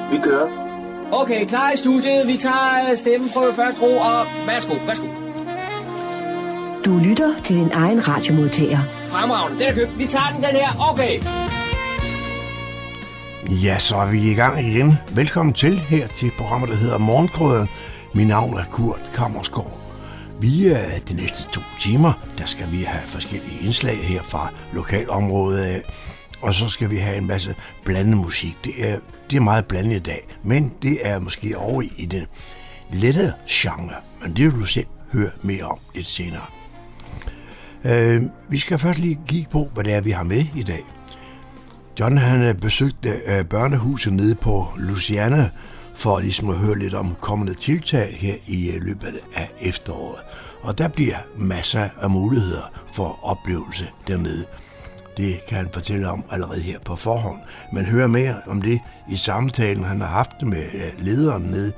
Vi kører. Okay, klar i studiet. Vi tager stemmeprøve først, ro, og værsgo. Du lytter til din egen radiomodtager. Fremragende, den er købt. Vi tager den her. Okay. Ja, så er vi i gang igen. Velkommen til her til programmet, der hedder Morgenkrøden. Mit navn er Kurt Kammersgaard. Vi er de næste 2 timer, der skal vi have forskellige indslag her fra lokalområdet af. Og så skal vi have en masse blandet musik. Det er meget blandet i dag, men det er måske over i den lette genre. Men det vil du selv høre mere om lidt senere. Vi skal først lige kigge på, hvad det er, vi har med i dag. John han besøgte børnehuset nede på Louisiana for ligesom at høre lidt om kommende tiltag her i løbet af efteråret. Og der bliver masser af muligheder for oplevelse dernede. Det kan han fortælle om allerede her på forhånd. Men hør mere om det i samtalen, han har haft med lederen nede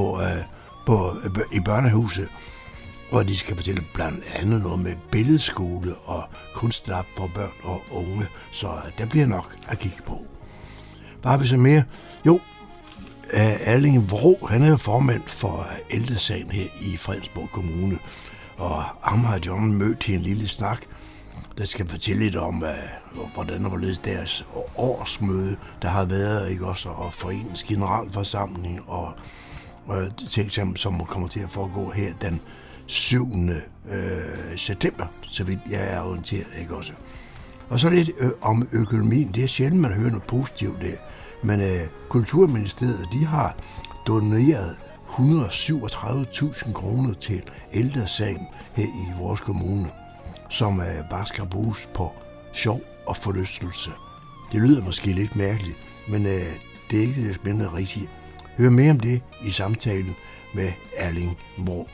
i børnehuset. Og de skal fortælle blandt andet noget med billedskole og kunstlab for børn og unge. Så der bliver nok at kigge på. Hvad har vi så mere? Jo, Erling Vrå, han er formand for ældresagen her i Fredensborg Kommune. Og ham har John mødt til en lille snak, der skal fortælle lidt om, hvordan der var ledet deres årsmøde, der har været, ikke også, og foreningens generalforsamling, og ting, som kommer til at foregå her den 7. september, så vidt jeg er orienteret, ikke også. Og så lidt om økonomien. Det er sjældent, man hører noget positivt der. Men Kulturministeriet, de har doneret 137.000 kroner til ældresagen her i vores kommune, som bare skal bruges på sjov og forlystelse. Det lyder måske lidt mærkeligt, men det er ikke det spændende rigtigt. Hør mere om det i samtalen med Erling Vrå.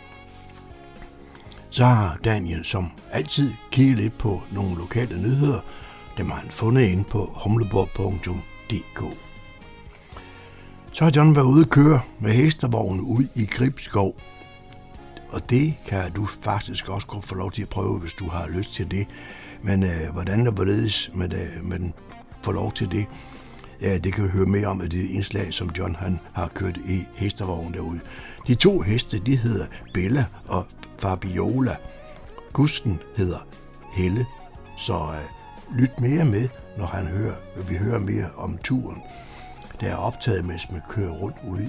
Så har Daniel som altid kigget lidt på nogle lokale nyheder. Dem har han fundet inde på humleborg.dk. Så har John været ude at køre med hestevognen ud i Gribskov. Og det kan du faktisk også godt få lov til at prøve, hvis du har lyst til det. Men hvordan der hvorledes man får lov til det, ja, det kan vi høre mere om i det indslag, som John han har kørt i hestevognen derude. De 2 heste, de hedder Bella og Fabiola. Kusken hedder Helle. Så lyt mere med, når vi hører mere om turen. Der er optaget, mens man kører rundt ude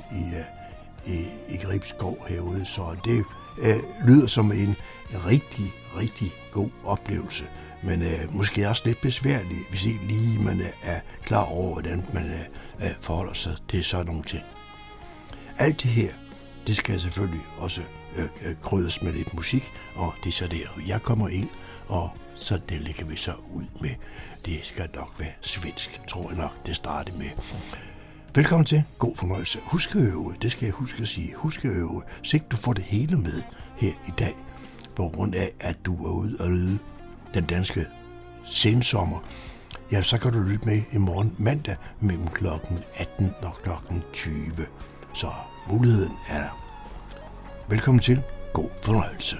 i Gribskov herude. Så det lyder som en rigtig, rigtig god oplevelse. Men måske også lidt besværligt, hvis ikke lige man er klar over, hvordan man forholder sig til sådan nogle ting. Alt det her, det skal selvfølgelig også krydres med lidt musik, og det er så der, jeg kommer ind, og så det lægger vi så ud med. Det skal nok være svensk, tror jeg nok, det starter med. Velkommen til. God fornøjelse. Husk at øve. Det skal jeg huske at sige. Husk at øve. Så ikke du får det hele med her i dag, på grund af, at du er ude og lyde den danske sensommer. Ja, så kan du lytte med i morgen mandag mellem kl. 18 og kl. 20. Så muligheden er der. Velkommen til. God fornøjelse.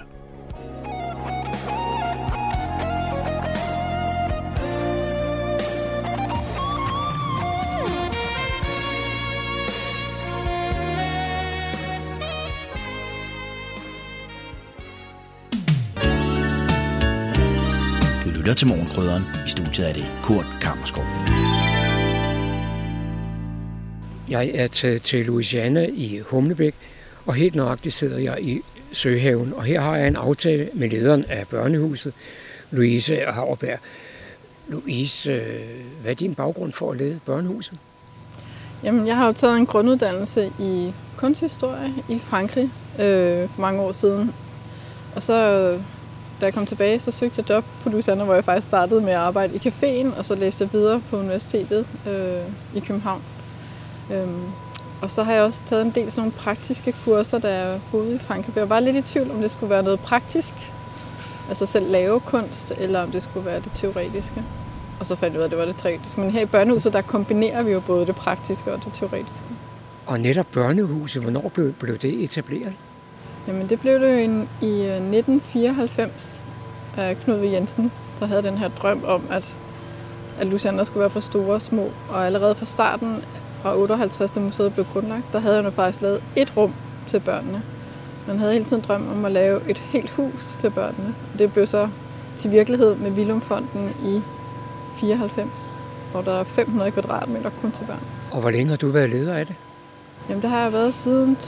Lytter til Morgenkrydderen. I studiet er det Kurt Kammersgaard. Jeg er taget til Louisiana i Humlebæk, og helt nøjagtigt sidder jeg i Søhaven. Og her har jeg en aftale med lederen af børnehuset, Louise Hauerberg. Louise, hvad er din baggrund for at lede børnehuset? Jamen, jeg har jo taget en grunduddannelse i kunsthistorie i Frankrig for mange år siden. Og så da jeg kom tilbage, så søgte jeg job på Louisiana, hvor jeg faktisk startede med at arbejde i caféen, og så læste jeg videre på universitetet i København. Og så har jeg også taget en del sådan nogle praktiske kurser, da jeg boede i Frankrig. Jeg var lidt i tvivl, om det skulle være noget praktisk, altså selv lave kunst, eller om det skulle være det teoretiske. Og så fandt jeg ud af, at det var det teoretiske. Men her i børnehuset, der kombinerer vi jo både det praktiske og det teoretiske. Og netop børnehuset, hvornår blev det etableret? Jamen det blev det jo i 1994 af Knud V. Jensen, der havde den her drøm om, at Louisiana skulle være for store og små. Og allerede fra starten fra 58, da museet blev grundlagt, der havde han jo faktisk lavet et rum til børnene. Man havde hele tiden drømt om at lave et helt hus til børnene. Det blev så til virkelighed med Willumfonden i 94, hvor der er 500 kvadratmeter kun til børn. Og hvor længe har du været leder af det? Jamen, det har jeg været siden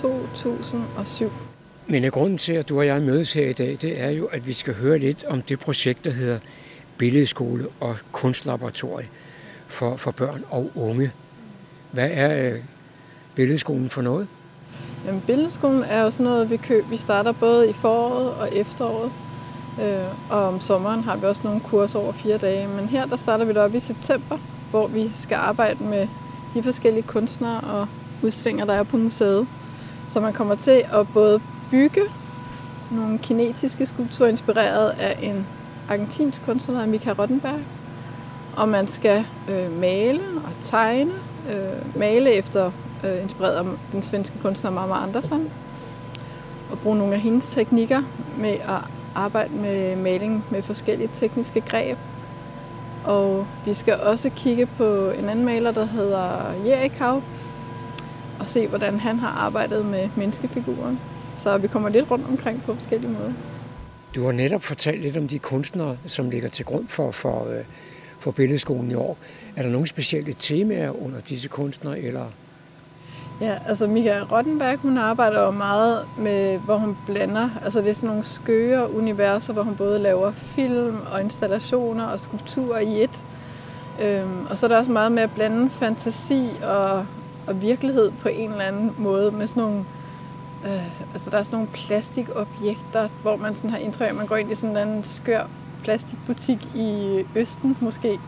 2007. Men grunden til, at du og jeg mødes her i dag, det er jo, at vi skal høre lidt om det projekt, der hedder Billedskole og Kunstlaboratorie for børn og unge. Hvad er Billedskolen for noget? Jamen, Billedskolen er jo sådan noget, vi starter både i foråret og efteråret. Og om sommeren har vi også nogle kurser over 4 dage. Men her der starter vi op i september, hvor vi skal arbejde med de forskellige kunstnere og udstillinger, der er på museet. Så man kommer til at både bygge nogle kinetiske skulpturer inspireret af en argentinsk kunstner, der hedder Michael Rottenberg. Og man skal male og tegne. Male efter inspireret af den svenske kunstner Mama Andersson. Og bruge nogle af hendes teknikker med at arbejde med maling med forskellige tekniske greb. Og vi skal også kigge på en anden maler, der hedder Jerikau, og se, hvordan han har arbejdet med menneskefiguren. Så vi kommer lidt rundt omkring på forskellige måder. Du har netop fortalt lidt om de kunstnere, som ligger til grund for Billedskolen i år. Er der nogle specielle temaer under disse kunstnere, eller? Ja, altså Michael Rottenberg, hun arbejder jo meget med, hvor hun blander, altså det er sådan nogle skøre universer, hvor hun både laver film og installationer og skulpturer i et. Og så er der også meget med at blande fantasi og virkelighed på en eller anden måde med sådan nogle, altså der er sådan nogle plastikobjekter, hvor man sådan har indtryk, at man går ind i sådan en skør plastikbutik i Østen måske.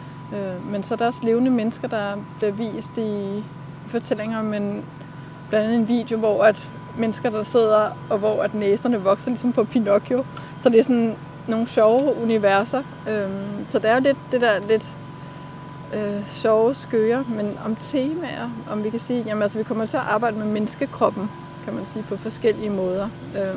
Men så er der også levende mennesker, der bliver vist i fortællinger, men blandt andet en video, hvor at mennesker, der sidder, og hvor at næserne vokser ligesom på Pinocchio. Så det er sådan nogle sjove universer. Så det er jo lidt det der lidt sjove skøre, men om temaer, om vi kan sige, jamen altså vi kommer til at arbejde med menneskekroppen, kan man sige, på forskellige måder.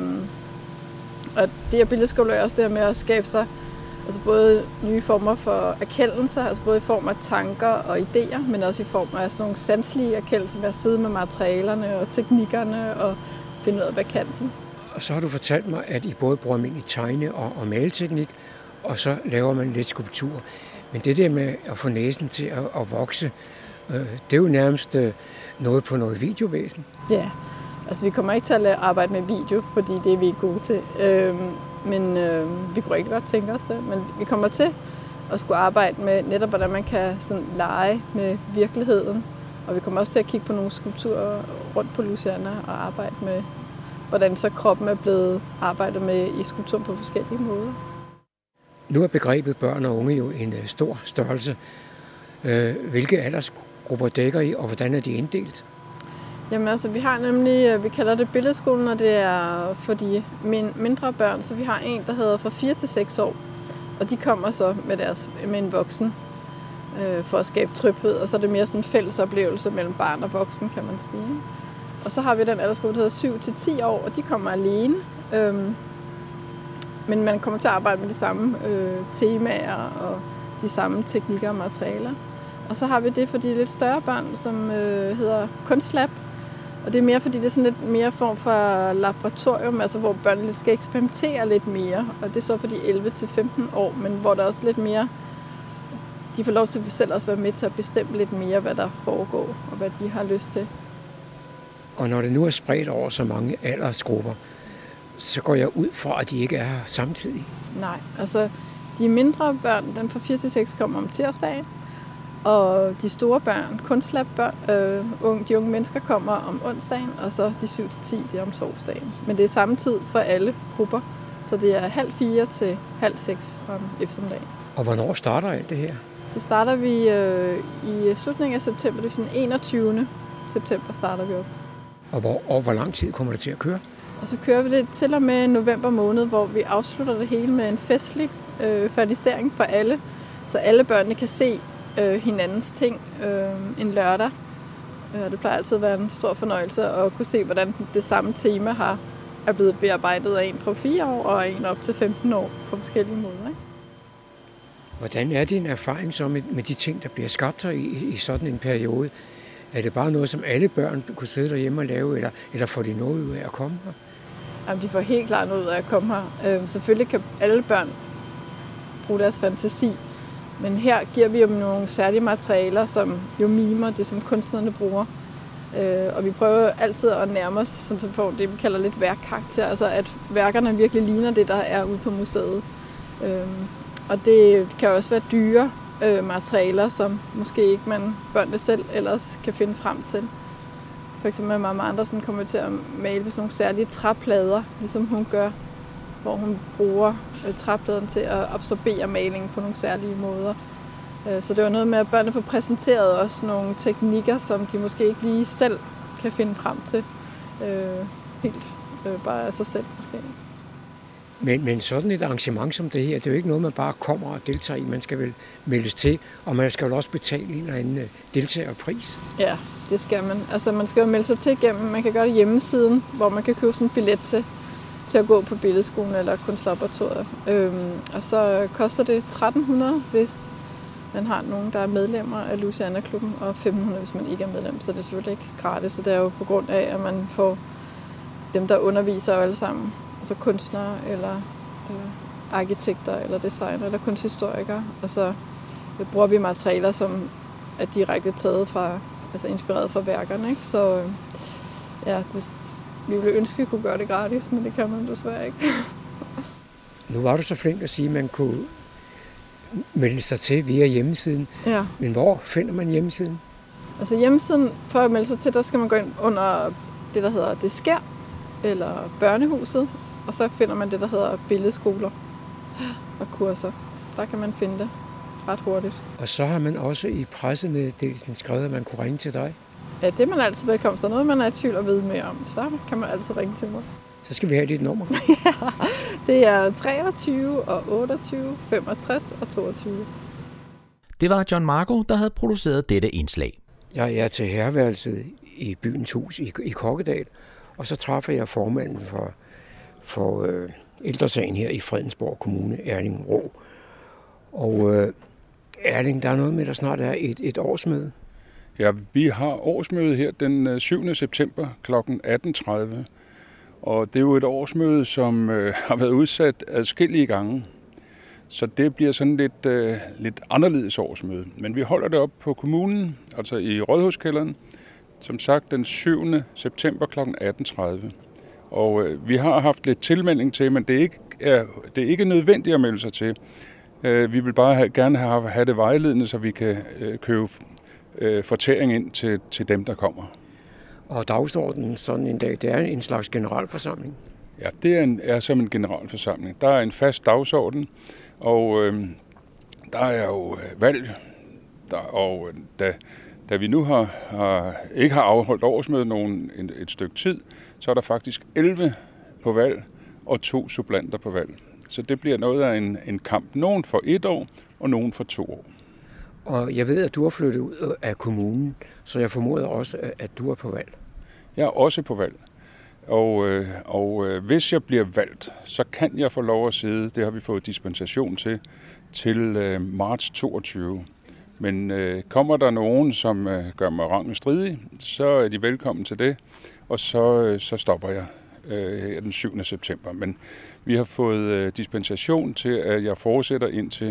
Og det her billedskole er også det her med at skabe sig altså både nye former for erkendelser, altså både i form af tanker og idéer, men også i form af sådan nogle sanselige erkendelser ved at sidde med materialerne og teknikkerne og finde ud af, hvad kan de. Og så har du fortalt mig, at I både bruger almindelig tegne- og maleteknik, og så laver man lidt skulptur. Men det der med at få næsen til at vokse, det er jo nærmest noget på noget videovæsen. Ja, altså vi kommer ikke til at arbejde med video, fordi det er vi ikke gode til. Men vi kunne rigtig godt tænke os det. Men vi kommer til at skulle arbejde med netop, hvordan man kan sådan lege med virkeligheden. Og vi kommer også til at kigge på nogle skulpturer rundt på Louisiana og arbejde med, hvordan så kroppen er blevet arbejdet med i skulpturen på forskellige måder. Nu er begrebet børn og unge jo en stor størrelse. Hvilke aldersgrupper dækker I, og hvordan er de inddelt? Jamen altså, vi har nemlig, vi kalder det billedskolen, og det er for de mindre børn. Så vi har en, der hedder fra 4 til 6 år, og de kommer så med en voksen for at skabe tryghed. Og så er det mere sådan en fælles oplevelse mellem barn og voksen, kan man sige. Og så har vi den aldersgruppe, der hedder 7 til 10 år, og de kommer alene. Men man kommer til at arbejde med de samme temaer og de samme teknikker og materialer. Og så har vi det for de lidt større børn, som hedder Kunstlab. Og det er mere, fordi det er sådan lidt mere form for laboratorium, altså hvor børnene skal eksperimentere lidt mere. Og det er så for de 11-15 år, men hvor der også lidt mere, de får lov til selv også være med til at bestemme lidt mere, hvad der foregår og hvad de har lyst til. Og når det nu er spredt over så mange aldersgrupper, så går jeg ud fra, at de ikke er her samtidig. Nej, altså de mindre børn, den fra 4 til 6 kommer om tirsdagen. Og de store børn, kunstlabbørn, de unge mennesker kommer om onsdagen, og så de 7-10, det er om torsdagen. Men det er samme tid for alle grupper, så det er 3:30 til 5:30 om eftermiddagen. Og hvornår starter alt det her? Det starter vi i slutningen af september, det er sådan 21. september starter vi op. Og hvor lang tid kommer det til at køre? Og så kører vi det til og med november måned, hvor vi afslutter det hele med en festlig fernisering for alle, så alle børnene kan se hinandens ting en lørdag. Det plejer altid at være en stor fornøjelse at kunne se, hvordan det samme tema er blevet bearbejdet af en fra 4 år og en op til 15 år på forskellige måder. Ikke? Hvordan er din erfaring så med de ting, der bliver skabt her i sådan en periode? Er det bare noget, som alle børn kunne sidde derhjemme og lave, eller får de noget ud af at komme her? Jamen, de får helt klart noget ud af at komme her. Selvfølgelig kan alle børn bruge deres fantasi, men her giver vi dem nogle særlige materialer, som jo mimer det, som kunstnerne bruger. Og vi prøver altid at nærme os, så vi får det, vi kalder lidt værkkarakter, altså at værkerne virkelig ligner det, der er ude på museet. Og det kan også være dyre materialer, som måske ikke børnene selv ellers kan finde frem til. For eksempel Mamma Andersen kommer til at male sådan nogle særlige træplader, ligesom hun gør, hvor hun bruger træpladerne til at absorbere malingen på nogle særlige måder. Så det var noget med, at børnene får præsenteret også nogle teknikker, som de måske ikke lige selv kan finde frem til. Helt bare af sig selv måske. Men sådan et arrangement som det her, det er jo ikke noget, man bare kommer og deltager i. Man skal vel meldes til, og man skal jo også betale en eller anden deltagerpris. Ja, det skal man. Altså man skal jo melde sig til igennem. Man kan gøre det hjemmesiden, hvor man kan købe sådan en billet til at gå på billedskolen eller kunstlaboratoriet. Og så koster det 1.300, hvis man har nogen, der er medlemmer af Louisiana-klubben, og 500, hvis man ikke er medlem. Så det er selvfølgelig ikke gratis. Så det er jo på grund af, at man får dem, der underviser alle sammen. Altså kunstnere, eller arkitekter, eller designer, eller kunsthistorikere. Og så bruger vi materialer, som er direkte taget fra, altså inspireret fra værkerne. Ikke? Så ja, vi ville ønske, at vi kunne gøre det gratis, men det kan man desværre ikke. Nu var du så flink at sige, at man kunne melde sig til via hjemmesiden. Ja. Men hvor finder man hjemmesiden? Altså hjemmesiden, for at melde sig til, der skal man gå ind under det, der hedder Det Sker, eller Børnehuset, og så finder man det, der hedder billedskoler og kurser. Der kan man finde det ret hurtigt. Og så har man også i pressemeddelelsen skrevet, at man kunne ringe til dig? Ja, det er man altid velkommen. Så noget, man er i tvivl at vide mere om, så kan man altid ringe til mig. Så skal vi have dit nummer. Ja, det er 23 og 28, 65 og 22. Det var John Marco, der havde produceret dette indslag. Jeg er til herreværelset i Byens Hus i Kokkedal, og så træffer jeg formanden for ældresagen her i Fredensborg Kommune, Erling Rå. Og Erling, der er noget med, der snart er et årsmøde. Ja, vi har årsmøde her den 7. september kl. 18.30. Og det er jo et årsmøde, som har været udsat adskillige gange. Så det bliver sådan lidt anderledes årsmøde. Men vi holder det op på kommunen, altså i Rådhuskælderen, som sagt den 7. september kl. 18.30. Og vi har haft lidt tilmelding til, men det er ikke nødvendigt at melde sig til. Vi vil bare gerne have det vejledende, så vi kan købe fortæring ind til dem, der kommer. Og dagsordenen sådan en dag, det er en slags generalforsamling? Ja, det er som en generalforsamling. Der er en fast dagsorden, og der er jo valg. Og da vi nu ikke har afholdt årsmøde et stykke tid, så er der faktisk 11 på valg og 2 supplanter på valg. Så det bliver noget af en kamp. Nogen for 1 år, og nogen for 2 år. Og jeg ved, at du har flyttet ud af kommunen, så jeg formoder også, at du er på valg. Jeg er også på valg. Og hvis jeg bliver valgt, så kan jeg få lov at sidde, det har vi fået dispensation til marts 22. Men kommer der nogen, som gør mig rang og stridig, så er de velkommen til det, og så stopper jeg den 7. september. Men vi har fået dispensation til, at jeg fortsætter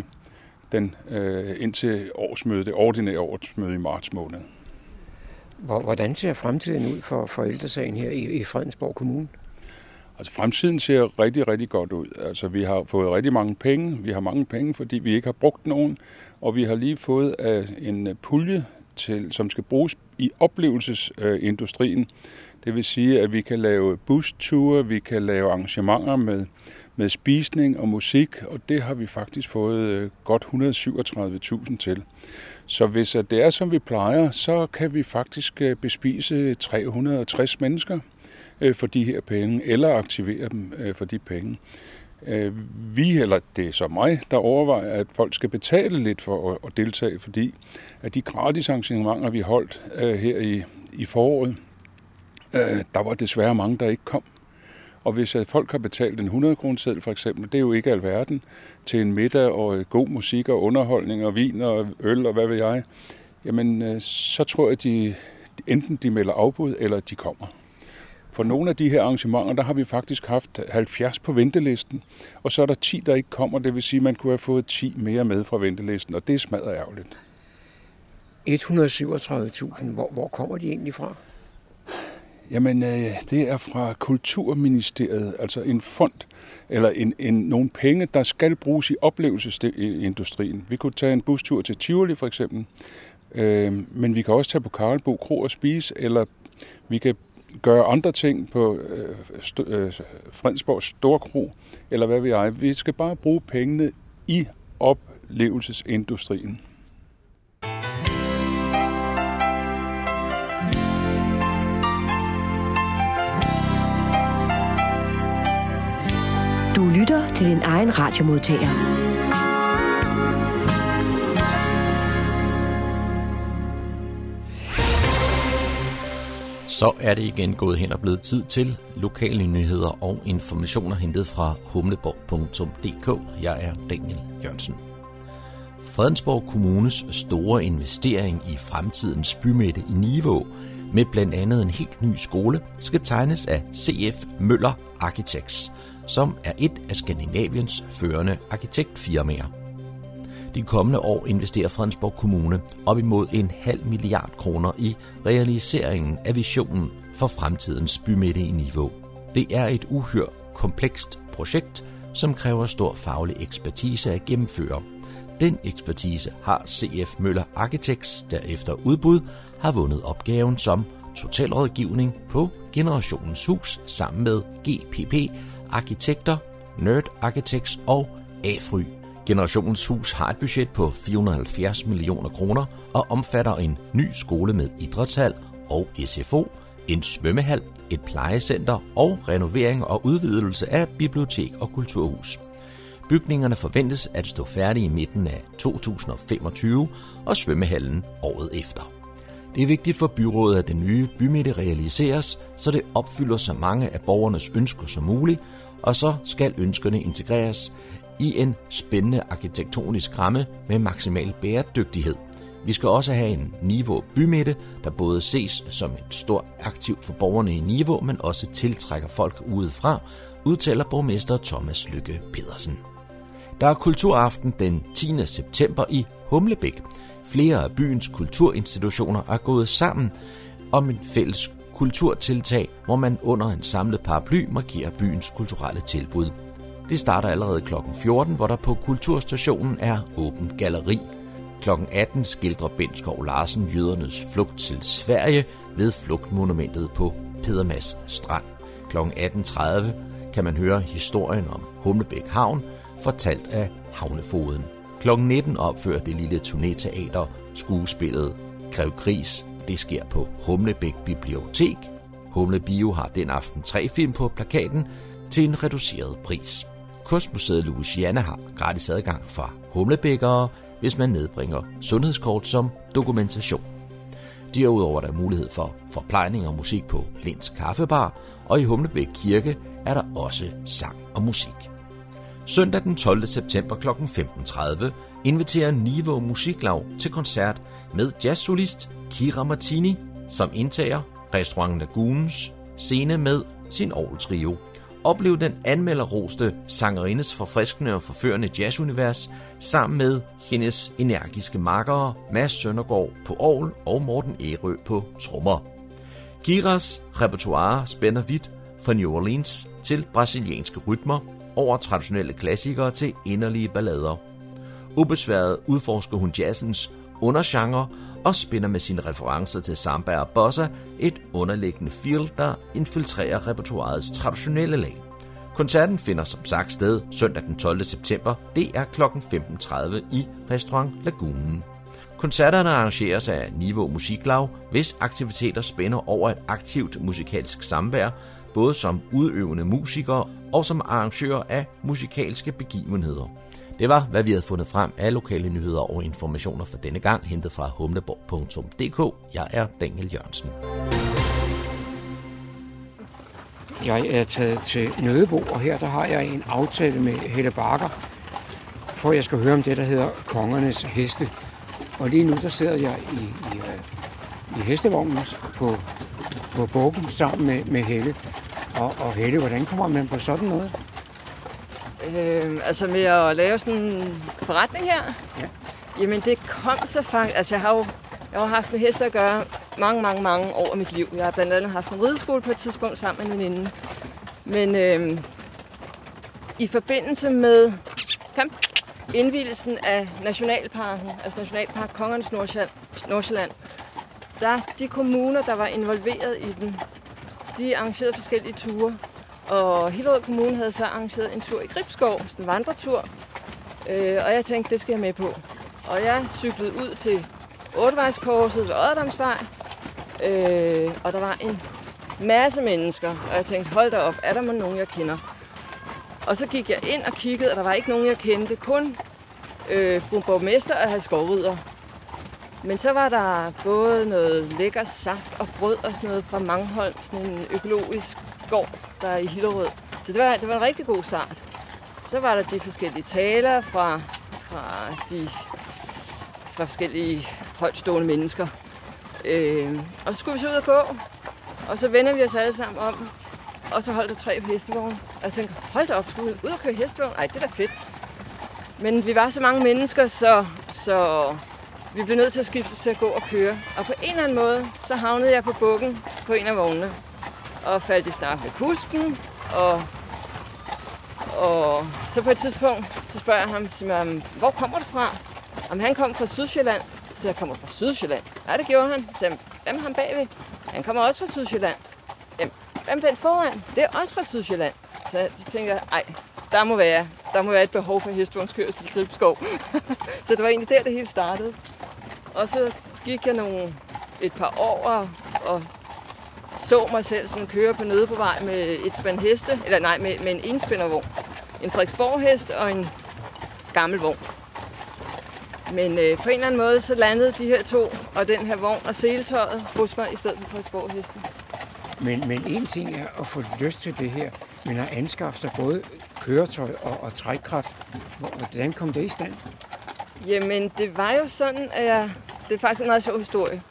indtil årsmødet, det ordinære årsmøde i marts måned. Hvordan ser fremtiden ud for ældresagen her i Fredensborg Kommune? Altså fremtiden ser rigtig, rigtig godt ud. Altså vi har fået rigtig mange penge. Vi har mange penge, fordi vi ikke har brugt nogen. Og vi har lige fået en pulje, som skal bruges i oplevelsesindustrien. Det vil sige, at vi kan lave busture, vi kan lave arrangementer med spisning og musik, og det har vi faktisk fået godt 137.000 til. Så hvis det er, som vi plejer, så kan vi faktisk bespise 360 mennesker for de her penge, eller aktivere dem for de penge. Eller det er så mig, der overvejer, at folk skal betale lidt for at deltage, fordi at de gratis arrangementer, vi holdt her i foråret, der var desværre mange, der ikke kom. Og hvis folk har betalt en 100-kroneseddel for eksempel, det er jo ikke alverden, til en middag og god musik og underholdning og vin og øl og hvad ved jeg, jamen så tror jeg, enten de melder afbud, eller de kommer. For nogle af de her arrangementer, der har vi faktisk haft 70 på ventelisten, og så er der 10, der ikke kommer. Det vil sige, at man kunne have fået 10 mere med fra ventelisten, og det er smadret ærgerligt. 137.000, hvor kommer de egentlig fra? Jamen, det er fra Kulturministeriet, altså en fond, eller nogle penge, der skal bruges i oplevelsesindustrien. Vi kunne tage en bustur til Tivoli for eksempel, men vi kan også tage på Karlbo Kro og spise, eller vi kan gøre andre ting på Fredensborg Storkro, eller hvad ved jeg. Vi skal bare bruge pengene i oplevelsesindustrien. Du lytter til din egen radiomodtager. Så er det igen gået hen og blevet tid til lokale nyheder og informationer hentet fra humleborg.dk. Jeg er Daniel Jørgensen. Fredensborg Kommunes store investering i fremtidens bymidte i Nivå med blandt andet en helt ny skole skal tegnes af CF Møller Architects, som er et af Skandinaviens førende arkitektfirmaer. De kommende år investerer Fredensborg Kommune op imod 0,5 milliard kroner i realiseringen af visionen for fremtidens bymidte i Nivå. Det er et uhyre komplekst projekt, som kræver stor faglig ekspertise at gennemføre. Den ekspertise har CF Møller Architects, der efter udbud har vundet opgaven som totalrådgivning på Generationens Hus sammen med GPP Arkitekter, Nerd Architects og AFRY. Generationens Hus har et budget på 470 millioner kroner og omfatter en ny skole med idrætshal og SFO, en svømmehal, et plejecenter og renovering og udvidelse af bibliotek og kulturhus. Bygningerne forventes at stå færdige i midten af 2025 og svømmehallen året efter. Det er vigtigt for byrådet, at den nye bymidte realiseres, så det opfylder så mange af borgernes ønsker som muligt, og så skal ønskerne integreres i en spændende arkitektonisk ramme med maksimal bæredygtighed. Vi skal også have en Nivå bymidte, der både ses som et stort aktiv for borgerne i Nivå, men også tiltrækker folk udefra, udtaler borgmester Thomas Lykke Pedersen. Der er kulturaften den 10. september i Humlebæk. Flere af byens kulturinstitutioner er gået sammen om en fælles kulturtiltag, hvor man under en samlet paraply markerer byens kulturelle tilbud. Det starter allerede kl. 14, hvor der på Kulturstationen er åben galleri. Kl. 18 skildrer Bent Skov Larsen jødernes flugt til Sverige ved flugtmonumentet på Pedermas Strand. Kl. 18.30 kan man høre historien om Humlebæk Havn, fortalt af havnefoden. Kl. 19 opfører det lille turnéteater skuespillet Grev Gris. Det sker på Humlebæk Bibliotek. Humle Bio har den aften 3 film på plakaten til en reduceret pris. Kunstmuseet Louisiana har gratis adgang fra humlebækkere, hvis man nedbringer sundhedskort som dokumentation. Derudover er der mulighed for forplejning og musik på Linds Kaffebar, og i Humlebæk Kirke er der også sang og musik. Søndag den 12. september kl. 15.30 inviterer Nivå Musiklaug til koncert med jazzsolist Kira Martini, som indtager Restaurant Lagunens scene med sin orgeltrio. Oplev den anmelderroste sangerindes forfriskende og forførende jazzunivers sammen med hendes energiske makkere Mads Søndergaard på orgel og Morten Ærø på trommer. Kiras repertoire spænder vidt fra New Orleans til brasilianske rytmer, over traditionelle klassikere til inderlige ballader. Ubesværet udforsker hun jazzens undergenre og spænder med sine referencer til samba og bossa et underliggende feel, der infiltrerer repertoirets traditionelle lag. Koncerten finder som sagt sted søndag den 12. september. Det er kl. 15.30 i Restaurant Lagunen. Koncerterne arrangeres af Nivå Musiklaug, hvis aktiviteter spænder over et aktivt musikalsk samvær, både som udøvende musikere og som arrangører af musikalske begivenheder. Det var, hvad vi havde fundet frem af lokale nyheder og informationer for denne gang, hentet fra humleborg.dk. Jeg er Daniel Jørgensen. Jeg er taget til Nødebo, og her der har jeg en aftale med Helle Bakker, for jeg skal høre om det, der hedder Kongernes Heste. Og lige nu der sidder jeg hestevognen på bukken sammen med Helle. Og Helle, hvordan kommer man på sådan noget? Altså med at lave sådan en forretning her? Ja. Jamen det kom så faktisk... Altså jeg har haft med heste at gøre mange år af mit liv. Jeg har blandt andet haft en rideskole på et tidspunkt sammen med en veninde. Men i forbindelse med indvielsen af Nationalparken, altså Nationalpark Kongernes Nordsjælland, der de kommuner, der var involveret i den, de arrangerede forskellige ture. Og Hillerød Kommune havde så arrangeret en tur i Gribskov, en vandretur. Og jeg tænkte, det skal jeg med på. Og jeg cyklede ud til Ottevejskorset ved Odderdamsvej. Og der var en masse mennesker. Og jeg tænkte, hold da op, er der nogen, jeg kender? Og så gik jeg ind og kiggede, og der var ikke nogen, jeg kendte. Kun fru borgmester og hans skovrider. Men så var der både noget lækker saft og brød og sådan noget fra Mangholm, sådan en økologisk gård, der er i Hillerød. Så det var en rigtig god start. Så var der de forskellige taler fra forskellige højtstående mennesker. Og så skulle vi så ud og gå, og så vender vi os alle sammen om, og så holdt der 3 hestevogne. Og jeg tænkte, hold da op, skulle vi ud og køre hestevogn? Ej, det er da fedt. Men vi var så mange mennesker, så vi blev nødt til at skifte til at gå og køre. Og på en eller anden måde, så havnede jeg på bukken på en af vognene. Og faldt i snak med kusken. Og så på et tidspunkt, så spørger jeg ham, hvor kommer du fra? Om han kom fra Sydsjælland. Så jeg kommer fra Sydsjælland. Ja, det gjorde han. Så hvem er han bagved? Han kommer også fra Sydsjælland. Hvem den foran? Det er også fra Sydsjælland. Så tænker jeg, der må være et behov for hestevognskørsel i Gribskov. Så det var egentlig der, det hele startede. Og så gik jeg et par år og så mig selv sådan køre på Nødebovej med et spand heste, med en enspændervogn. En Frederiksborg-hest og en gammel vogn. Men på en eller anden måde, så landede de her 2 og den her vogn og seletøjet hos mig i stedet for Frederiksborg-hesten. Men en ting er at få lyst til det her, men at anskaffe sig både køretøj og trækkraft. Hvordan kom det i stand? Jamen, det var jo sådan, at det er faktisk en meget sjov historie.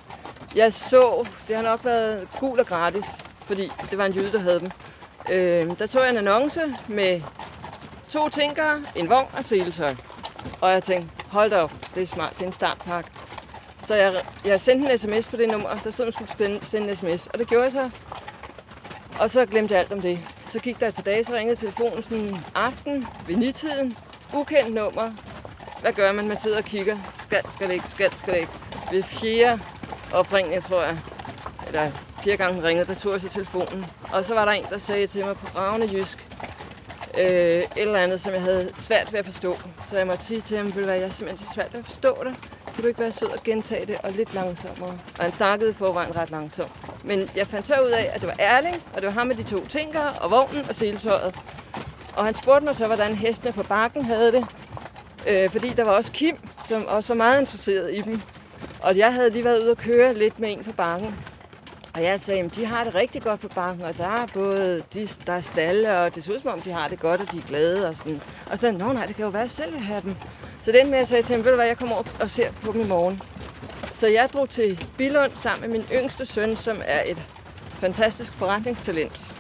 Det har nok været Gul og Gratis, fordi det var en jyde, der havde dem. Der så jeg en annonce med 2 tinkere, en vogn og seletøj. Og jeg tænkte, hold da op, det er smart, det er en startpakke. Så jeg sendte en sms på det nummer, der stod, at man skulle sende en sms, og det gjorde jeg så. Og så glemte jeg alt om det. Så gik der et par dage, så ringede telefonen sådan en aften ved 9-tiden. Ukendt nummer. Hvad gør man? Man sidder og kigger. Skal det ikke. Ved 4. opringning, tror jeg, eller 4 gange den ringede, der tog jeg så telefonen. Og så var der en, der sagde til mig på bravende jysk, et eller andet, som jeg havde svært ved at forstå. Så jeg måtte sige til ham, jeg er simpelthen så svært ved at forstå det. Kan du ikke være sød og gentage det, og lidt langsommere? Og han snakkede forvejen ret langsomt. Men jeg fandt så ud af, at det var Erling, og det var ham med de 2 tinkere, og vognen og seletøjet. Og han spurgte mig så, hvordan hestene på bakken havde det. Fordi der var også Kim, som også var meget interesseret i dem. Og jeg havde lige været ude og køre lidt med en på bakken. Og jeg sagde, at de har det rigtig godt på bakken, og der er både der er stalle, og det ser ud som om, de har det godt, og de er glade og sådan. Og så nej, det kan jo være, at jeg selv vil have dem. Så den med, at jeg sagde til ham, ved du hvad, jeg kommer over og ser på dem i morgen. Så jeg drog til Billund sammen med min yngste søn, som er et fantastisk forretningstalent.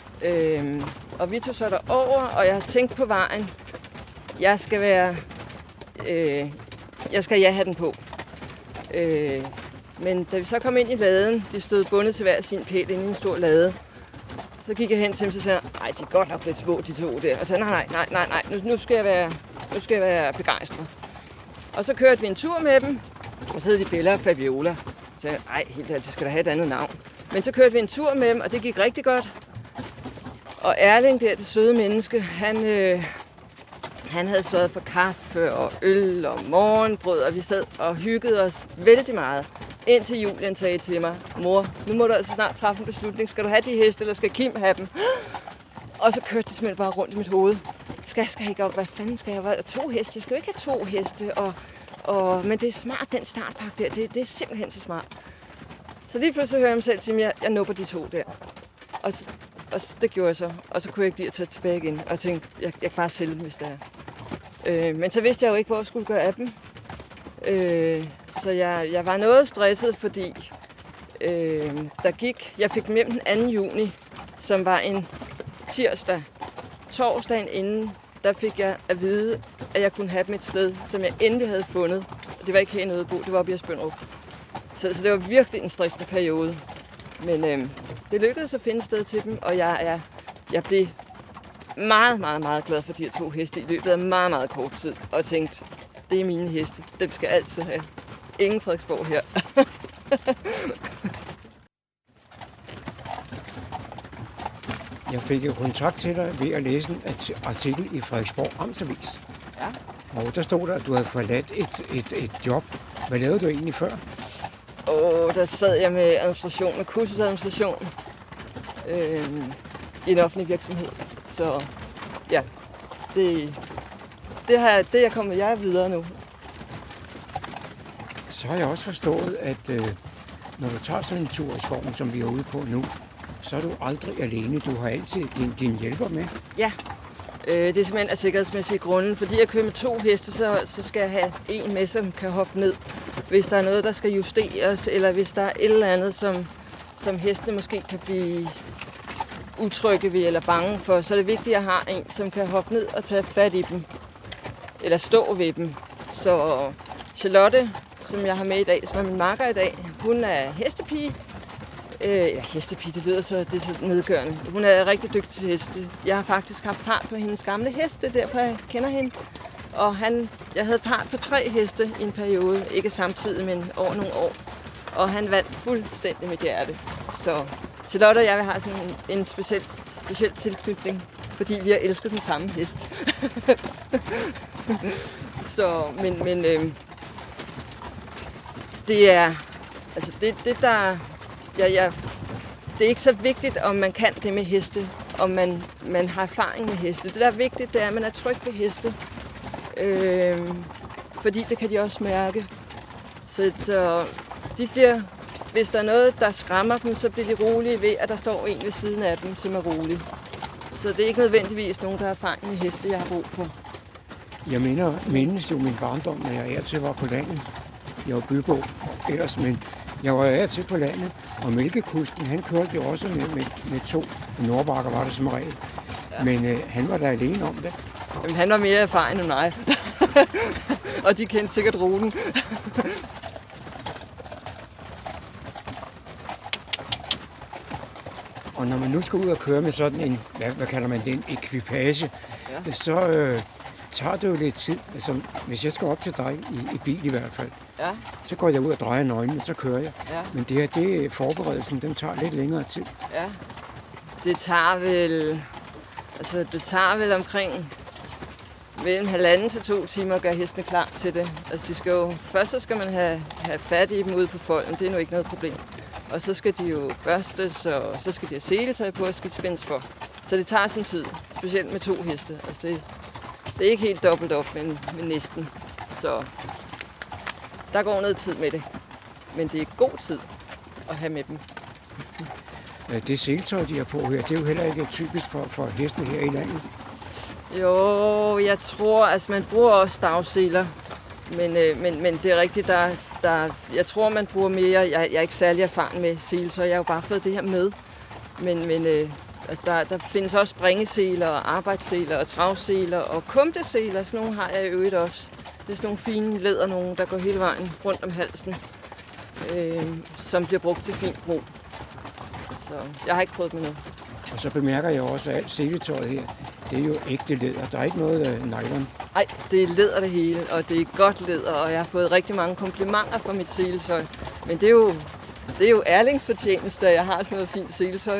Og vi tog så derover, og jeg tænkte på vejen, jeg skal have den på. Men da vi så kom ind i laden, de stod bundet til hver sin pæl inde i en stor lade. Så gik jeg hen til dem, og sagde, nej, de er godt nok lidt små, de 2 der. Og så nej, nu skal jeg være begejstret. Og så kørte vi en tur med dem, og så hed de Bella og Fabiola. Så sagde jeg, helt ærligt, de skal da have et andet navn. Men så kørte vi en tur med dem, og det gik rigtig godt. Og Erling der, det søde menneske, han havde sørget for kaffe og øl og morgenbrød, og vi sad og hyggede os vældig meget. Indtil Julian sagde til mig, mor, nu må du altså snart træffe en beslutning. Skal du have de heste, eller skal Kim have dem? Og så kørte det simpelthen bare rundt i mit hoved. Skal jeg ikke op? Hvad fanden skal jeg? 2 heste? Jeg skal jo ikke have 2 heste. Men det er smart, den startpakke der. Det er simpelthen så smart. Så lige pludselig hører jeg mig selv sige, at jeg nupper de 2 der. Og det gjorde jeg så. Og så kunne jeg ikke lide at tage tilbage igen. Og jeg tænkte, jeg kan bare sælge dem, hvis det er. Men så vidste jeg jo ikke, hvor jeg skulle gøre af dem. Så jeg var noget stresset, fordi Jeg fik dem hjem den 2. juni, som var en tirsdag. Torsdagen inden, der fik jeg at vide, at jeg kunne have dem et sted, som jeg endelig havde fundet. Det var ikke her i Nødebo, det var oppe i Asbjørnrup. Så det var virkelig en stressende periode. Men det lykkedes at finde et sted til dem, og jeg blev meget, meget, meget glad for de her 2 heste i løbet af meget, meget kort tid. Og tænkte, det er mine heste. Dem skal jeg altid have. Ingen Frederiksborg her. Jeg fik jo kontakt til dig ved at læse en artikel i Frederiksborg Amtsavis. Ja. Og der stod der, at du havde forladt et job. Hvad lavede du egentlig før? Der sad jeg med administration, med kursusadministration i en offentlig virksomhed. Så ja, jeg er videre nu. Så har jeg også forstået, at når du tager sådan en tur i skoven, som vi er ude på nu, så er du aldrig alene. Du har altid din hjælper med. Ja, det er simpelthen af sikkerhedsmæssige grunde. Fordi jeg kører med 2 heste, så skal jeg have en med, som kan hoppe ned. Hvis der er noget, der skal justeres, eller hvis der er et eller andet, som hestene måske kan blive utrygge ved eller bange for, så er det vigtigt, at jeg har en, som kan hoppe ned og tage fat i dem. Eller stå ved dem. Så Charlotte, som jeg har med i dag, som er min makker i dag, hun er hestepige. Hestepige, det lyder så nedgørende. Hun er rigtig dygtig til heste. Jeg har faktisk haft part på hendes gamle heste, derfor jeg kender hende. Og jeg havde part på 3 heste i en periode, ikke samtidig, men over nogle år. Og han vandt fuldstændig mit hjerte. Så Charlotte og jeg har sådan en speciel tilknytning, fordi vi har elsket den samme hest. Så, men det er, altså det der, det er ikke så vigtigt, om man kan det med heste, om man har erfaring med heste. Det der er vigtigt, det er, at man er tryg ved heste, fordi det kan de også mærke. Så de bliver, hvis der er noget, der skræmmer dem, så bliver de rolige ved, at der står en ved siden af dem, som er rolig. Så det er ikke nødvendigvis nogen, der har erfaring med heste, jeg har brug for. Jeg mindes jo min barndom, når jeg til var på landet. Jeg var bybo ellers, men jeg var til på landet, og mælkekusken, han kørte jo også med 2 nordbakker, var det som regel. Ja. Men han var der alene om det. Jamen, han var mere erfaren end mig. Og de kendte sikkert ruten. Og når man nu skal ud og køre med sådan en, hvad kalder man det, en ekvipage, ja, så tager det jo lidt tid. Altså, hvis jeg skal op til dig, i bil i hvert fald, ja, så går jeg ud og drejer nøglen, så kører jeg. Ja. Men det her, forberedelsen, den tager lidt længere tid. Ja, det tager vel omkring mellem 1,5 til 2 timer at gøre hestene klar til det. Altså, først så skal man have fat i dem ude på folden, det er nu ikke noget problem. Og så skal de jo børstes, og så skal de have seletøj på og skal spændes for. Så det tager sin tid, specielt med 2 heste. Altså det er ikke helt dobbelt op, men næsten. Så der går noget tid med det. Men det er god tid at have med dem. Det seletøj, de har på her, det er jo heller ikke typisk for heste her i landet. Jo, jeg tror, altså man bruger også stavseler. Men det er rigtigt, jeg tror, man bruger mere. Jeg er ikke særlig erfaren med seletøj. Jeg har jo bare fået det her med. Men der findes også springeseler og arbejdsseler og travseler og kumteseler. Sådan nogle har jeg i øvrigt også. Det er sådan nogle fine læder, nogle, der går hele vejen rundt om halsen, som bliver brugt til fint brug. Så jeg har ikke prøvet med noget. Og så bemærker jeg også, at alt seletøjet her, det er jo ægte læder. Der er ikke noget nylon. Nej, det er læder det hele, og det er godt læder, og jeg har fået rigtig mange komplimenter for mit seletøj. Men det er jo Erlings fortjeneste, at jeg har sådan noget fint seletøj.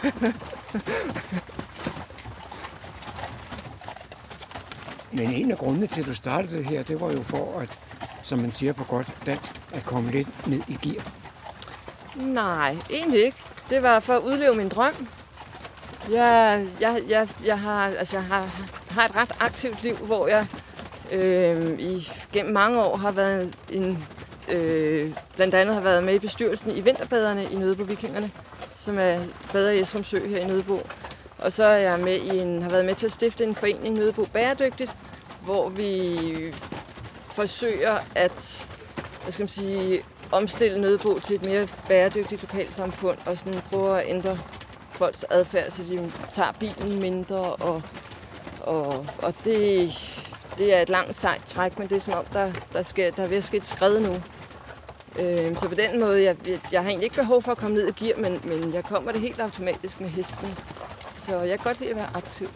Men en af grundene til, at du startede det her, det var jo for at, som man siger på godt dansk, at komme lidt ned i gear. Nej, egentlig ikke. Det var for at udleve min drøm. Jeg har et ret aktivt liv, hvor jeg gennem mange år har været blandt andet har været med i bestyrelsen i Vinterbaderne i Nødebo Vikingerne, som er bader i Esrum Sø her i Nødebo. Og så er jeg har været med til at stifte en forening, Nødebo Bæredygtigt, hvor vi forsøger at omstille Nødebo til et mere bæredygtigt lokalsamfund, og sådan prøve at ændre folks adfærd, så de tager bilen mindre, og det er et langt sejt træk, men det er som om, der er ved at ske et skred nu. Så på den måde, jeg har egentlig ikke behov for at komme ned i gear, men jeg kommer det helt automatisk med hesten. Så jeg kan godt lide at være aktiv.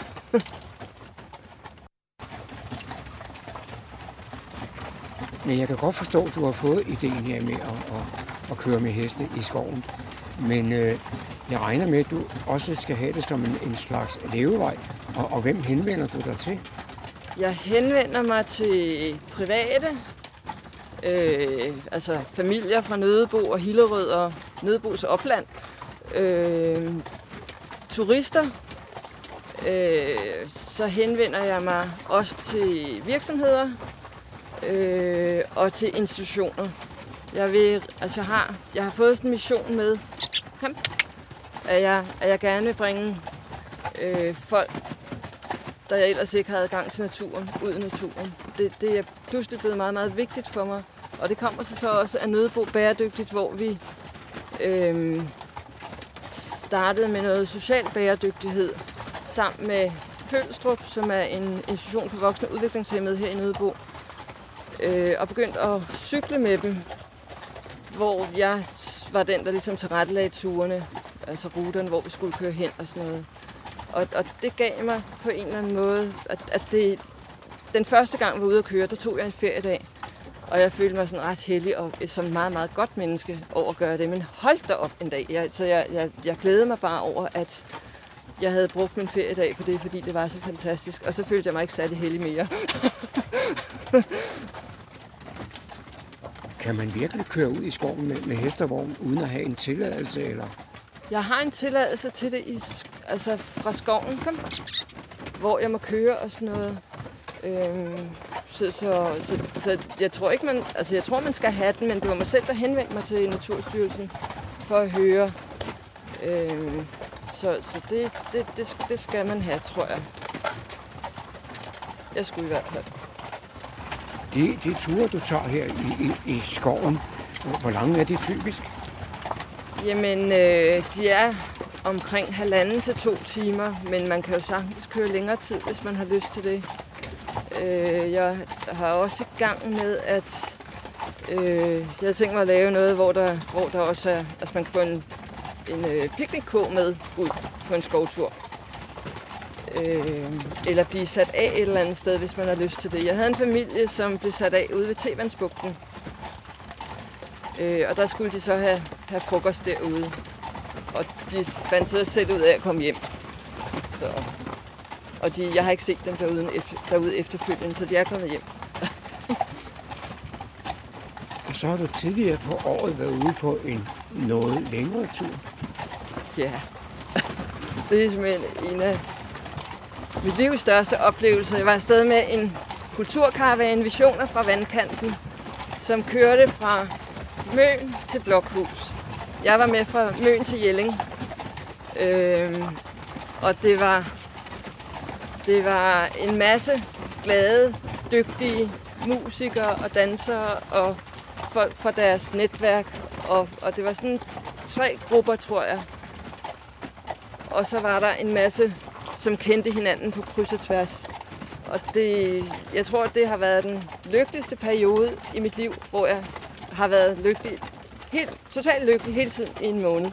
Men jeg kan godt forstå, at du har fået ideen her med at køre med heste i skoven. Men jeg regner med, at du også skal have det som en slags levevej. Og hvem henvender du dig til? Jeg henvender mig til private, altså familier fra Nødebo og Hillerød og Nødebos opland. Turister. Så henvender jeg mig også til virksomheder og til institutioner. Jeg har fået sådan en mission med, at jeg gerne vil bringe folk, der jeg ellers ikke havde adgang til naturen, ud i naturen. Det er pludselig blevet meget, meget vigtigt for mig. Og det kommer så også af Nødebo Bæredygtigt, hvor vi startede med noget social bæredygtighed sammen med Følstrup, som er en institution for voksne udviklingshæmmede her i Nødebo. Og begyndte at cykle med dem, hvor jeg var den, der ligesom tilrettelagde turene, altså ruterne, hvor vi skulle køre hen og sådan noget. Og det gav mig på en eller anden måde, at den første gang, jeg var ude at køre, der tog jeg en feriedag. Og jeg følte mig sådan ret heldig og som et meget, meget godt menneske over at gøre det. Men hold da op en dag. Jeg glædede mig bare over, at jeg havde brugt min feriedag på det, fordi det var så fantastisk. Og så følte jeg mig ikke særlig heldig mere. Kan man virkelig køre ud i skoven med hestevogn uden at have en tilladelse, eller? Jeg har en tilladelse til det fra skoven, hvor jeg må køre og sådan noget. Så jeg tror ikke, jeg tror, man skal have den, men det var mig selv, der henvendte mig til Naturstyrelsen for at høre. Så det skal man have, tror jeg. Jeg skulle i hvert fald. De ture, du tager her i skoven, hvor lange er de typisk? Jamen, de er omkring 1,5 til 2 timer, men man kan jo sagtens køre længere tid, hvis man har lyst til det. Jeg har også i gang med, at jeg har tænkt mig at lave noget, hvor der også er, altså man kan få en picnickurv med ud på en skovtur. Eller blive sat af et eller andet sted, hvis man har lyst til det. Jeg havde en familie, som blev sat af ude ved Tevandsbugten. Og der skulle de så have frokost derude. Og de fandt sig selv ud af at komme hjem. Og jeg har ikke set dem derude efterfølgende, så de er kommet hjem. Og så har du tidligere på året været ude på en noget længere tur. Ja, det er simpelthen en af mit livs største oplevelser. Jeg var afsted med en kulturkaravan, Visioner fra vandkanten, som kørte fra Møn til Blokhus. Jeg var med fra Møn til Jelling. Og det var en masse glade, dygtige musikere og dansere og folk fra deres netværk. Og det var sådan 3 grupper, tror jeg. Og så var der en masse, som kendte hinanden på kryds og tværs. Og jeg tror, at det har været den lykkeligste periode i mit liv, hvor jeg har været lykkelig, totalt lykkelig hele tiden i en måned.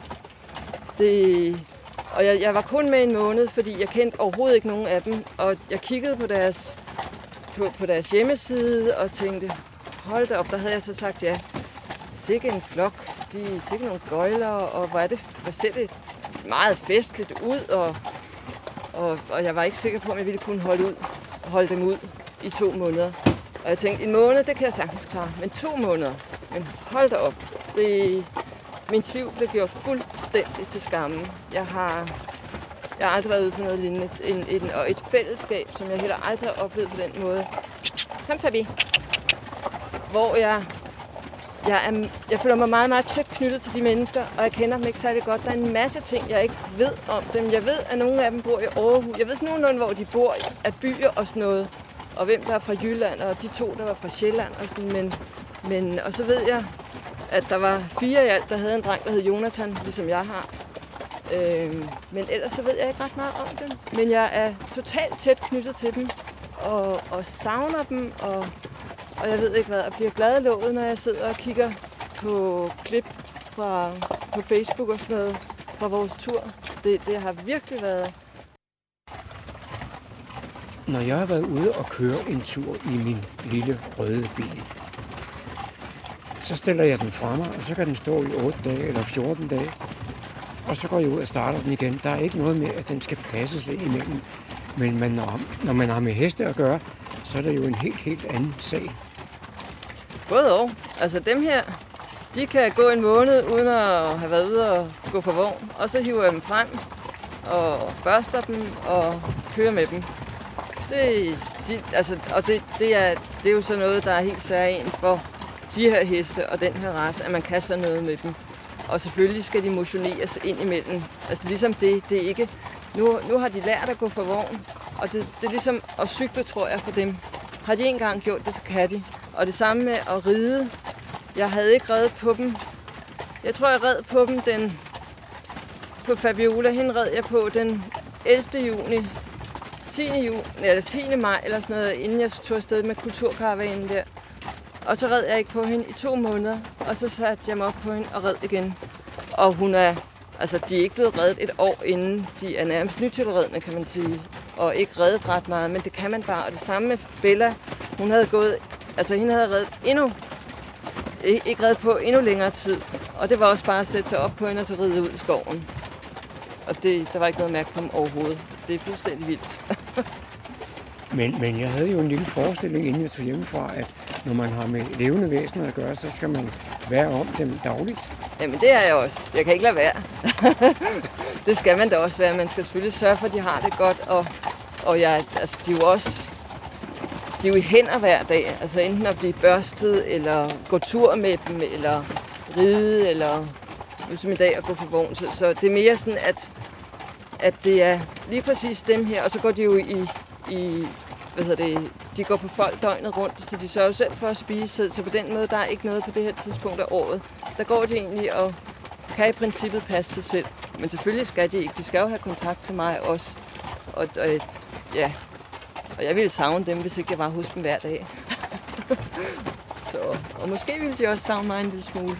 Og jeg var kun med en måned, fordi jeg kendte overhovedet ikke nogen af dem. Og jeg kiggede på deres hjemmeside og tænkte, hold da op, der havde jeg så sagt ja. Sikke en flok, sikke nogle gøjler, og hvor ser det meget festligt ud. Og jeg var ikke sikker på, om jeg ville kunne holde dem ud i 2 måneder. Og jeg tænkte, en måned, det kan jeg sagtens klare, men 2 måneder, men hold da op. Min tvivl blev gjort fuldstændig til skamme. Jeg har aldrig været ude for noget lignende. Og et fællesskab, som jeg heller aldrig har oplevet på den måde. Kom forbi. Hvor jeg føler mig meget, meget tæt knyttet til de mennesker, og jeg kender dem ikke særlig godt. Der er en masse ting, jeg ikke ved om dem. Jeg ved, at nogle af dem bor i Aarhus. Jeg ved sådan nogenlunde, hvor de bor af byer og sådan noget. Og hvem der er fra Jylland, og de 2, der var fra Sjælland og sådan. Og så ved jeg, at der var 4 i alt, der havde en dreng, der hed Jonathan, ligesom jeg har. Men ellers så ved jeg ikke ret meget om dem. Men jeg er totalt tæt knyttet til dem, og savner dem, og jeg ved ikke hvad, og bliver glad i låget, når jeg sidder og kigger på klip på Facebook og sådan noget fra vores tur. Det har virkelig været... Når jeg har været ude og køre en tur i min lille røde bil, så stiller jeg den fra mig, og så kan den stå i 8 dage eller 14 dage. Og så går jeg ud og starter den igen. Der er ikke noget med, at den skal passes ind imellem. Men når man har med heste at gøre, så er det jo en helt anden sag. Både og. Altså dem her, de kan gå en måned uden at have været ude og gå for vogn. Og så hiver jeg dem frem og børster dem og kører med dem. Det er jo så noget, der er helt særligt for de her heste og den her race, at man kan sådan noget med dem. Og selvfølgelig skal de motioneres ind imellem. Altså ligesom det er ikke... Nu har de lært at gå for vogn, og det er ligesom at cykle, tror jeg, for dem. Har de engang gjort det, så kan de. Og det samme med at ride. Jeg havde ikke reddet på dem. Jeg tror, jeg red på dem på Fabiola. Hende red jeg på den 11. juni, 10. maj eller sådan noget, inden jeg tog afsted med kulturkaravanen der. Og så red jeg ikke på hende i 2 måneder, og så satte jeg mig op på hende og red igen. Og hun er, altså de er ikke blevet reddet et år inden, de er nærmest nytilredende, kan man sige. Og ikke reddet ret meget, men det kan man bare. Og det samme med Bella, hende havde reddet ikke reddet på endnu længere tid. Og det var også bare at sætte sig op på hende og så ride ud i skoven. Og der var ikke noget mærke på dem overhovedet. Det er fuldstændig vildt. Men jeg havde jo en lille forestilling, inden jeg tog hjemmefra, at når man har med levende væsener at gøre, så skal man være om dem dagligt. Jamen det er jeg også. Jeg kan ikke lade være. Det skal man da også være. Man skal selvfølgelig sørge for, at de har det godt. Og de er jo i hænder hver dag. Altså enten at blive børstet, eller gå tur med dem, eller ride, eller som i dag at gå for vogn. Så det er mere sådan, at det er lige præcis dem her. Og så går de jo de går på folk døgnet rundt, så de sørger selv for at spise. Så på den måde, der er ikke noget på det her tidspunkt af året. Der går de egentlig og kan i princippet passe sig selv. Men selvfølgelig skal de ikke. De skal jo have kontakt til mig også. Og jeg ville savne dem, hvis ikke jeg var hos dem hver dag. Og måske ville de også savne mig en lille smule.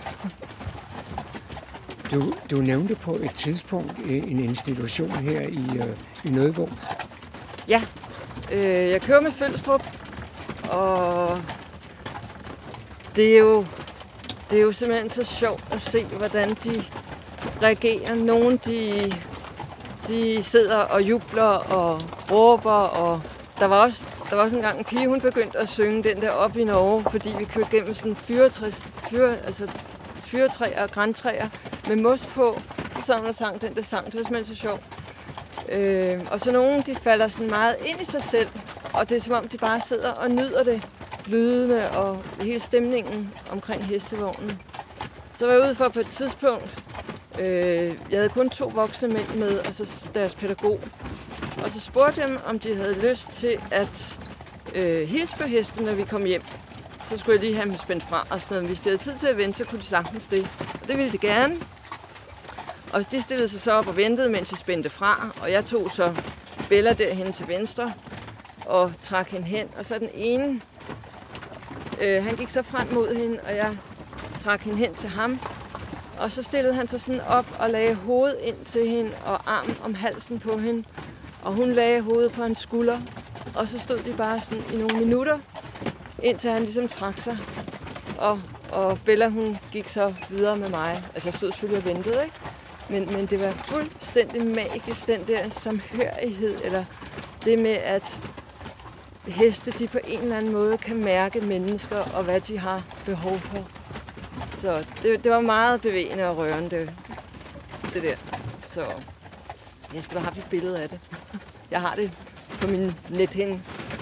Du nævnte på et tidspunkt en institution her i Nødebo. Ja, jeg kører med Følstrup, og det er jo simpelthen så sjovt at se, hvordan de reagerer. Nogle, de sidder og jubler og råber, og der var også engang en pige, hun begyndte at synge den der op i Norge, fordi vi kørte gennem sådan fyrretræer og grantræer med mos på. Så sad hun og sang den der sang, det var simpelthen så sjovt. Og så nogle, de falder sådan meget ind i sig selv, og det er som om, de bare sidder og nyder det, lydene og hele stemningen omkring hestevognen. Så var jeg ude for på et tidspunkt, jeg havde kun 2 voksne mænd med, og så deres pædagog. Og så spurgte jeg dem, om de havde lyst til at hilse på hesten, når vi kom hjem. Så skulle jeg lige have dem spændt fra og sådan noget. Hvis de havde tid til at vente, så kunne de sagtens det. Og det ville de gerne. Og de stillede sig så op og ventede, mens jeg spændte fra. Og jeg tog så Bella derhen til venstre og trak hende hen. Og så den ene, han gik så frem mod hende, og jeg trak hende hen til ham. Og så stillede han sig sådan op og lagde hovedet ind til hende og armen om halsen på hende. Og hun lagde hovedet på hans skulder. Og så stod de bare sådan i nogle minutter, indtil han ligesom trak sig. Og Bella, hun gik så videre med mig. Altså jeg stod selvfølgelig og ventede, ikke? Men det var fuldstændig magisk, den der samhørighed, eller det med, at heste, de på en eller anden måde kan mærke mennesker, og hvad de har behov for. Så det var meget bevægende og rørende, det der. Så jeg skulle have haft et billede af det. Jeg har det på min nethænge.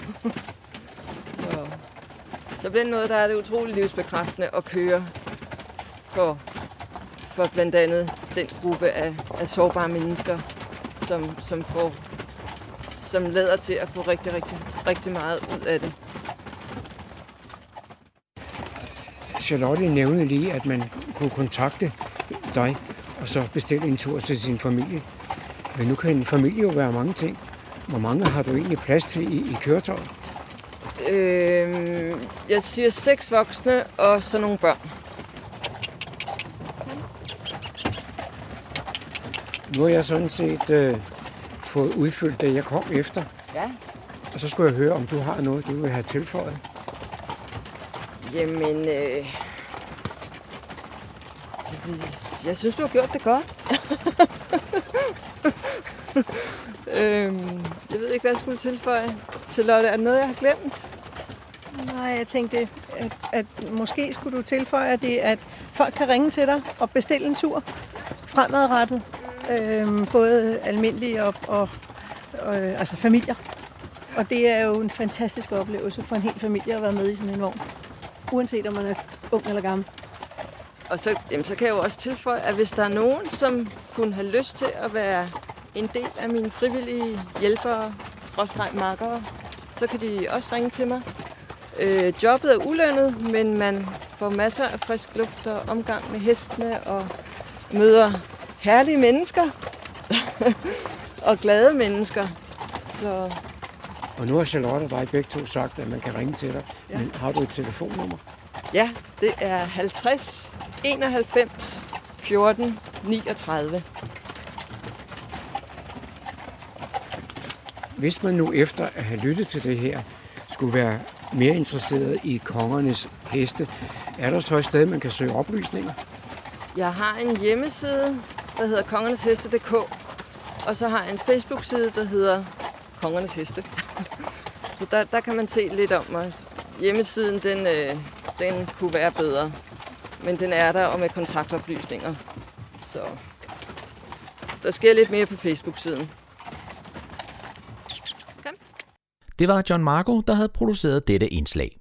Så på den måde, der er det utroligt livsbekræftende at køre for blandt andet den gruppe af sårbare mennesker, som lader til at få rigtig, rigtig, rigtig meget ud af det. Charlotte nævnte lige, at man kunne kontakte dig og så bestille en tur til sin familie. Men nu kan en familie jo være mange ting. Hvor mange har du egentlig plads til i køretøjet? Jeg siger 6 voksne og så nogle børn. Nu har jeg sådan set fået udfyldt det, jeg kom efter. Ja. Og så skulle jeg høre, om du har noget, du vil have tilføjet. Jamen, jeg synes, du har gjort det godt. Jeg ved ikke, hvad jeg skulle tilføje. Charlotte, er det noget, jeg har glemt? Nej, jeg tænkte, at måske skulle du tilføje det, at folk kan ringe til dig og bestille en tur fremadrettet. Både almindelige og altså familier. Og det er jo en fantastisk oplevelse for en hel familie at være med i sådan en vogn. Uanset om man er ung eller gammel. Og så kan jeg jo også tilføje, at hvis der er nogen, som kunne have lyst til at være en del af mine frivillige hjælpere, /makkere, så kan de også ringe til mig. Jobbet er ulønnet, men man får masser af frisk luft og omgang med hestene og møder herlige mennesker og glade mennesker. Så. Og nu har Charlotte og dig begge to sagt, at man kan ringe til dig. Ja. Men har du et telefonnummer? Ja, det er 50 91 14 39. Hvis man nu efter at have lyttet til det her, skulle være mere interesseret i kongernes heste, er der så et sted, man kan søge oplysninger? Jeg har en hjemmeside, der hedder kongernes-heste.dk, og så har jeg en Facebook-side, der hedder Kongernes Heste. Så der kan man se lidt om mig. Hjemmesiden, den kunne være bedre, men den er der og med kontaktoplysninger. Så der sker lidt mere på Facebook-siden. Det var John Marco, der havde produceret dette indslag.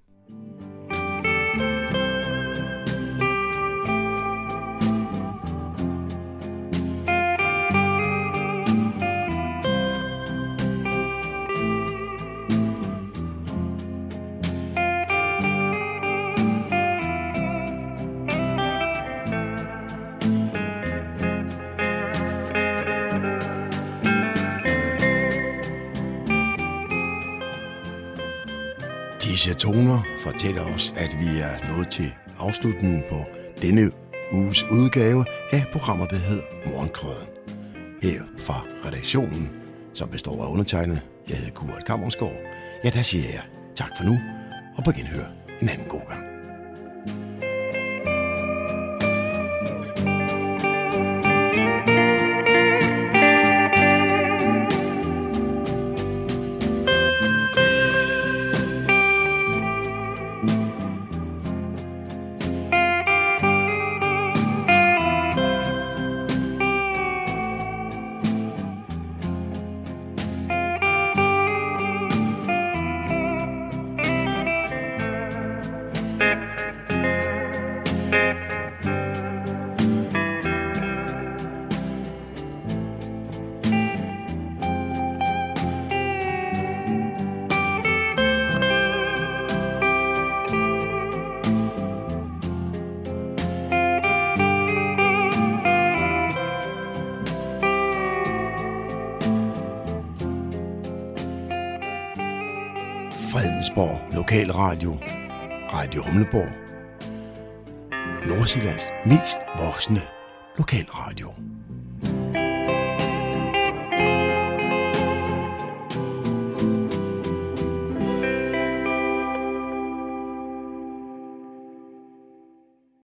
Disse toner fortæller os, at vi er nået til afslutningen på denne uges udgave af programmet, der hedder Morgenkrøden. Her fra redaktionen, som består af undertegnet, jeg hedder Kurt Kammersgaard. Ja, der siger jeg tak for nu, og på genhør en anden god gang. Fredensborg Lokalradio, Radio Humleborg, Nordsjællands mest voksne lokalradio.